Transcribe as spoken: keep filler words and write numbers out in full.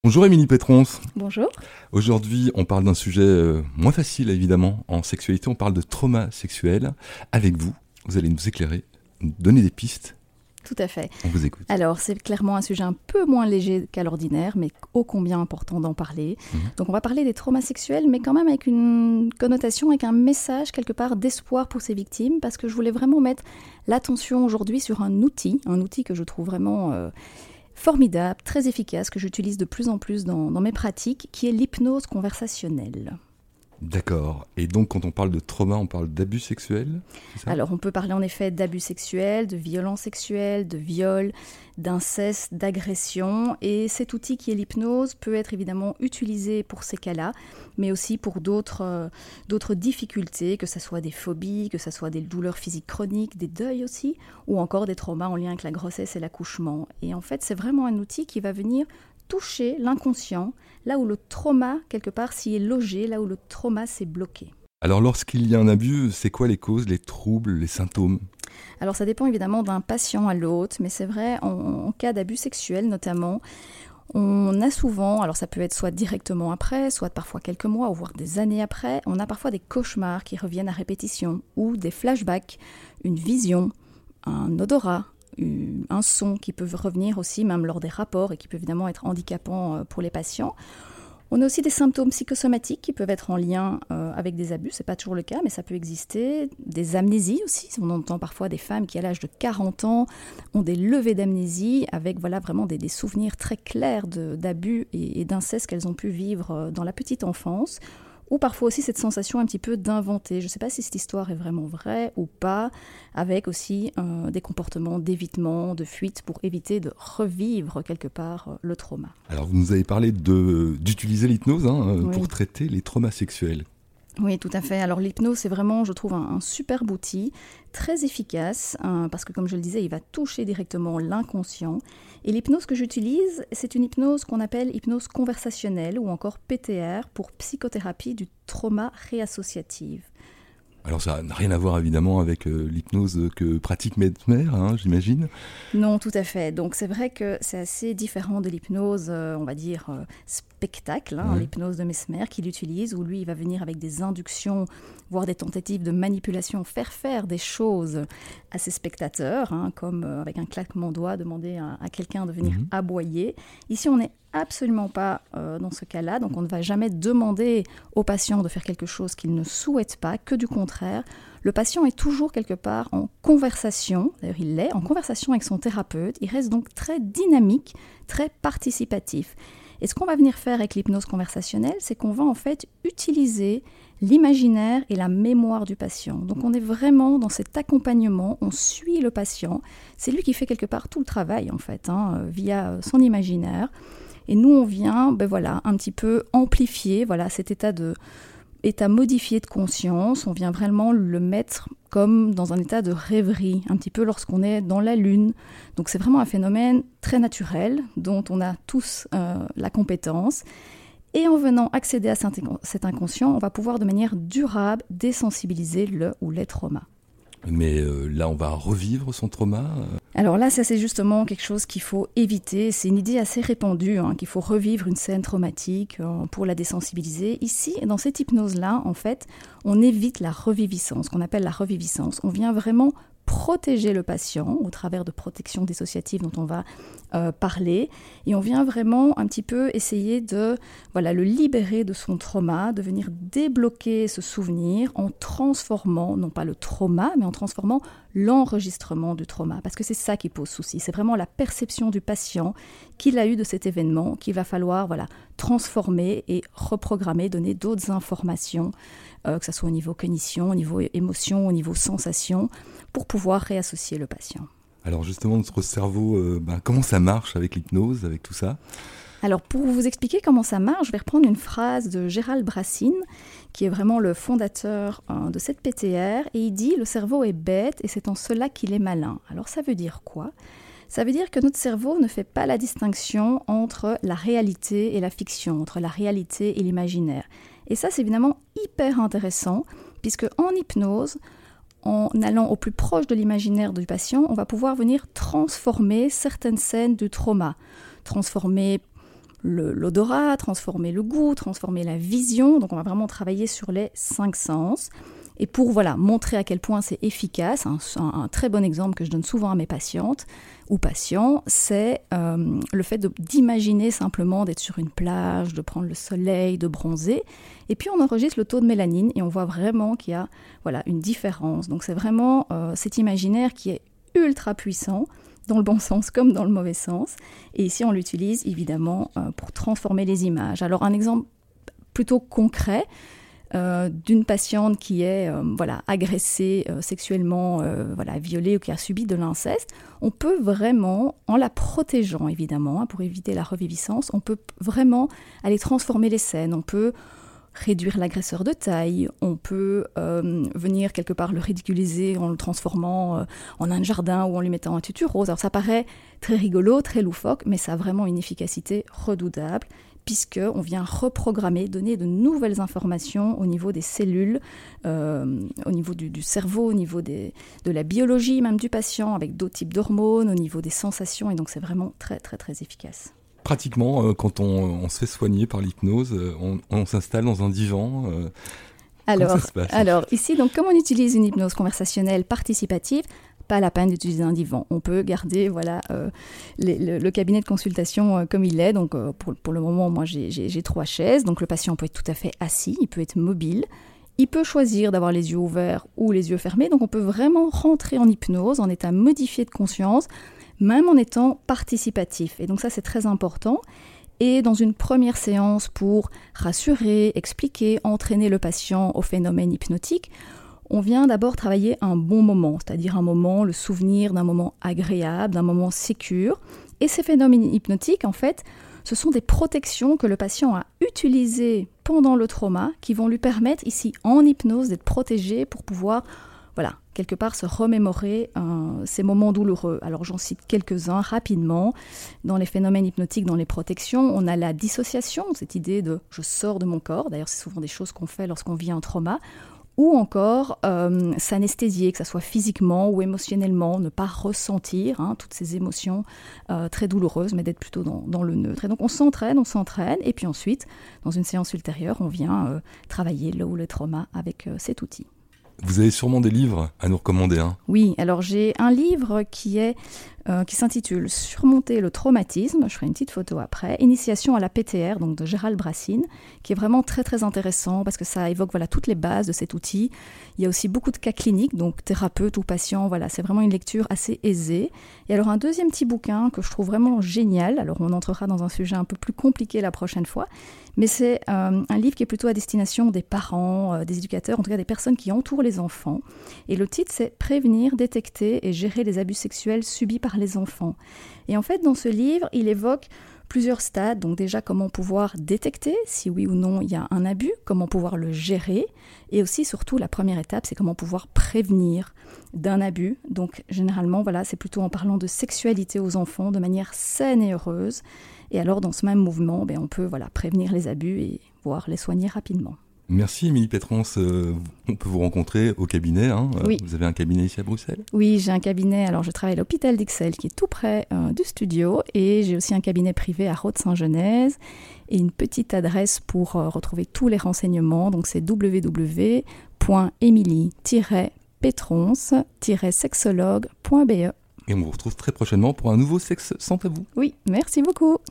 Bonjour Émilie Pétrons. Bonjour. Aujourd'hui, on parle d'un sujet euh, moins facile évidemment en sexualité. On parle de trauma sexuel. Avec vous, vous allez nous éclairer, nous donner des pistes. Tout à fait. On vous écoute. Alors, c'est clairement un sujet un peu moins léger qu'à l'ordinaire, mais ô combien important d'en parler. Mmh. Donc, on va parler des traumas sexuels, mais quand même avec une connotation, avec un message quelque part d'espoir pour ces victimes, parce que je voulais vraiment mettre l'attention aujourd'hui sur un outil, un outil que je trouve vraiment euh, formidable, très efficace, que j'utilise de plus en plus dans, dans mes pratiques, qui est l'hypnose conversationnelle. D'accord. Et donc, quand on parle de trauma, on parle d'abus sexuels, c'est ça ? Alors, on peut parler en effet d'abus sexuels, de violences sexuelles, de viol, d'inceste, d'agression. Et cet outil qui est l'hypnose peut être évidemment utilisé pour ces cas-là, mais aussi pour d'autres, euh, d'autres difficultés, que ce soit des phobies, que ce soit des douleurs physiques chroniques, des deuils aussi, ou encore des traumas en lien avec la grossesse et l'accouchement. Et en fait, c'est vraiment un outil qui va venir toucher l'inconscient, là où le trauma, quelque part, s'y est logé, là où le trauma s'est bloqué. Alors, lorsqu'il y a un abus, c'est quoi les causes, les troubles, les symptômes ? Alors, ça dépend évidemment d'un patient à l'autre, mais c'est vrai, en, en cas d'abus sexuel notamment, on a souvent, alors ça peut être soit directement après, soit parfois quelques mois, ou voire des années après, on a parfois des cauchemars qui reviennent à répétition, ou des flashbacks, une vision, un odorat, un son qui peut revenir aussi même lors des rapports et qui peut évidemment être handicapant pour les patients. On a aussi des symptômes psychosomatiques qui peuvent être en lien euh, avec des abus, c'est pas toujours le cas, mais ça peut exister. Des amnésies aussi, on entend parfois des femmes qui à l'âge de quarante ans ont des levées d'amnésie avec voilà, vraiment des, des souvenirs très clairs de, d'abus et, et d'inceste qu'elles ont pu vivre dans la petite enfance. Ou parfois aussi cette sensation un petit peu d'inventer. Je ne sais pas si cette histoire est vraiment vraie ou pas, avec aussi euh, des comportements d'évitement, de fuite, pour éviter de revivre quelque part euh, le trauma. Alors vous nous avez parlé de, d'utiliser l'hypnose hein, oui. pour traiter les traumas sexuels. Oui, tout à fait. Alors l'hypnose, c'est vraiment, je trouve, un, un superbe outil, très efficace, hein, parce que comme je le disais, il va toucher directement l'inconscient. Et l'hypnose que j'utilise, c'est une hypnose qu'on appelle hypnose conversationnelle, ou encore P T R, pour psychothérapie du trauma réassociative. Alors ça n'a rien à voir évidemment avec euh, l'hypnose que pratique Mesmer, hein, j'imagine. Non, tout à fait. Donc c'est vrai que c'est assez différent de l'hypnose, euh, on va dire, euh, spectacle, hein, ouais. L'hypnose de Mesmer qu'il utilise, où lui il va venir avec des inductions, voire des tentatives de manipulation, faire faire des choses à ses spectateurs, hein, comme euh, avec un claquement de doigts, demander à, à quelqu'un de venir mmh. aboyer. Ici on n'est absolument pas euh, dans ce cas-là, donc on ne va jamais demander au patient de faire quelque chose qu'il ne souhaite pas, que du contraire. Le patient est toujours quelque part en conversation, d'ailleurs il l'est, en conversation avec son thérapeute, il reste donc très dynamique, très participatif. Et ce qu'on va venir faire avec l'hypnose conversationnelle, c'est qu'on va en fait utiliser l'imaginaire et la mémoire du patient. Donc on est vraiment dans cet accompagnement, on suit le patient, c'est lui qui fait quelque part tout le travail en fait, hein, via son imaginaire. Et nous, on vient, ben voilà, un petit peu amplifier voilà, cet état, de, état modifié de conscience. On vient vraiment le mettre comme dans un état de rêverie, un petit peu lorsqu'on est dans la lune. Donc c'est vraiment un phénomène très naturel, dont on a tous euh, la compétence. Et en venant accéder à cet inconscient, on va pouvoir de manière durable désensibiliser le ou les traumas. Mais euh, là, on va revivre son trauma. Alors là, ça c'est justement quelque chose qu'il faut éviter. C'est une idée assez répandue, hein, qu'il faut revivre une scène traumatique euh, pour la désensibiliser. Ici, dans cette hypnose-là, en fait, on évite la reviviscence, qu'on appelle la reviviscence. On vient vraiment protéger le patient au travers de protection dissociative dont on va euh, parler, et on vient vraiment un petit peu essayer de voilà, le libérer de son trauma, de venir débloquer ce souvenir en transformant, non pas le trauma, mais en transformant l'enregistrement du trauma, parce que c'est ça qui pose souci, c'est vraiment la perception du patient qu'il a eu de cet événement qu'il va falloir voilà, transformer et reprogrammer, donner d'autres informations, euh, que ce soit au niveau cognition, au niveau émotion, au niveau sensation, pour pouvoir réassocier le patient. Alors justement, notre cerveau, euh, ben, comment ça marche avec l'hypnose, avec tout ça ? Alors pour vous expliquer comment ça marche, je vais reprendre une phrase de Gérald Brazin, qui est vraiment le fondateur hein, de cette P T R, et il dit « Le cerveau est bête et c'est en cela qu'il est malin ». Alors ça veut dire quoi ? Ça veut dire que notre cerveau ne fait pas la distinction entre la réalité et la fiction, entre la réalité et l'imaginaire. Et ça, c'est évidemment hyper intéressant, puisque en hypnose, en allant au plus proche de l'imaginaire du patient, on va pouvoir venir transformer certaines scènes du trauma, transformer le, l'odorat, transformer le goût, transformer la vision. Donc on va vraiment travailler sur les cinq sens. Et pour voilà, montrer à quel point c'est efficace, un, un, un très bon exemple que je donne souvent à mes patientes ou patients, c'est euh, le fait de, d'imaginer simplement d'être sur une plage, de prendre le soleil, de bronzer. Et puis on enregistre le taux de mélanine et on voit vraiment qu'il y a voilà, une différence. Donc c'est vraiment euh, cet imaginaire qui est ultra puissant, dans le bon sens comme dans le mauvais sens. Et ici on l'utilise évidemment euh, pour transformer les images. Alors un exemple plutôt concret, Euh, d'une patiente qui est euh, voilà, agressée euh, sexuellement, euh, voilà, violée ou qui a subi de l'inceste, on peut vraiment, en la protégeant évidemment, hein, pour éviter la reviviscence, on peut vraiment aller transformer les scènes, on peut réduire l'agresseur de taille, on peut euh, venir quelque part le ridiculiser en le transformant euh, en un jardin ou en lui mettant un tutu rose. Alors ça paraît très rigolo, très loufoque, mais ça a vraiment une efficacité redoutable, puisqu'on vient reprogrammer, donner de nouvelles informations au niveau des cellules, euh, au niveau du, du cerveau, au niveau des, de la biologie même du patient, avec d'autres types d'hormones, au niveau des sensations, et donc c'est vraiment très très très efficace. Pratiquement, euh, quand on, on se fait soigner par l'hypnose, euh, on, on s'installe dans un divan. Euh, alors, comment ça se passe, alors ici, donc, comme on utilise une hypnose conversationnelle participative, pas la peine d'utiliser un divan. On peut garder voilà, euh, les, le, le cabinet de consultation euh, comme il est. Donc, euh, pour, pour le moment, moi, j'ai, j'ai, j'ai trois chaises. Donc, le patient peut être tout à fait assis, il peut être mobile. Il peut choisir d'avoir les yeux ouverts ou les yeux fermés. Donc, on peut vraiment rentrer en hypnose, en état modifié de conscience, même en étant participatif. Et donc, ça, c'est très important. Et dans une première séance pour rassurer, expliquer, entraîner le patient au phénomène hypnotique, on vient d'abord travailler un bon moment, c'est-à-dire un moment, le souvenir d'un moment agréable, d'un moment sécure. Et ces phénomènes hypnotiques, en fait, ce sont des protections que le patient a utilisées pendant le trauma qui vont lui permettre, ici, en hypnose, d'être protégé pour pouvoir, voilà, quelque part se remémorer euh, ces moments douloureux. Alors j'en cite quelques-uns rapidement. Dans les phénomènes hypnotiques, dans les protections, on a la dissociation, cette idée de « je sors de mon corps », d'ailleurs c'est souvent des choses qu'on fait lorsqu'on vit un trauma, ou encore euh, s'anesthésier, que ce soit physiquement ou émotionnellement, ne pas ressentir hein, toutes ces émotions euh, très douloureuses, mais d'être plutôt dans, dans le neutre. Et donc on s'entraîne, on s'entraîne, et puis ensuite, dans une séance ultérieure, on vient euh, travailler le ou le trauma avec euh, cet outil. Vous avez sûrement des livres à nous recommander, hein ? Oui, alors j'ai un livre qui est euh, qui s'intitule « Surmonter le traumatisme », je ferai une petite photo après, « Initiation à la P T R », donc de Gérald Brassine, qui est vraiment très très intéressant parce que ça évoque voilà, toutes les bases de cet outil. Il y a aussi beaucoup de cas cliniques, donc thérapeute ou patient, voilà, c'est vraiment une lecture assez aisée. Et alors un deuxième petit bouquin que je trouve vraiment génial, alors on entrera dans un sujet un peu plus compliqué la prochaine fois, mais c'est euh, un livre qui est plutôt à destination des parents, euh, des éducateurs, en tout cas des personnes qui entourent les enfants. Et le titre, c'est « Prévenir, détecter et gérer les abus sexuels subis par les enfants ». Et en fait, dans ce livre, il évoque plusieurs stades. Donc déjà, comment pouvoir détecter si oui ou non il y a un abus, comment pouvoir le gérer. Et aussi, surtout, la première étape, c'est comment pouvoir prévenir d'un abus. Donc généralement, voilà, c'est plutôt en parlant de sexualité aux enfants de manière saine et heureuse. Et alors, dans ce même mouvement, ben, on peut voilà, prévenir les abus et voire les soigner rapidement. Merci Émilie Pétrance, euh, on peut vous rencontrer au cabinet, hein. Oui. Vous avez un cabinet ici à Bruxelles ? Oui, j'ai un cabinet, alors je travaille à l'hôpital d'Ixelles qui est tout près euh, du studio et j'ai aussi un cabinet privé à Rode-Saint-Genèse et une petite adresse pour euh, retrouver tous les renseignements, donc c'est w w w point emilie tiret pétrance tiret sexologue point b e. Et on vous retrouve très prochainement pour un nouveau Sexe sans tabou. Oui, merci beaucoup.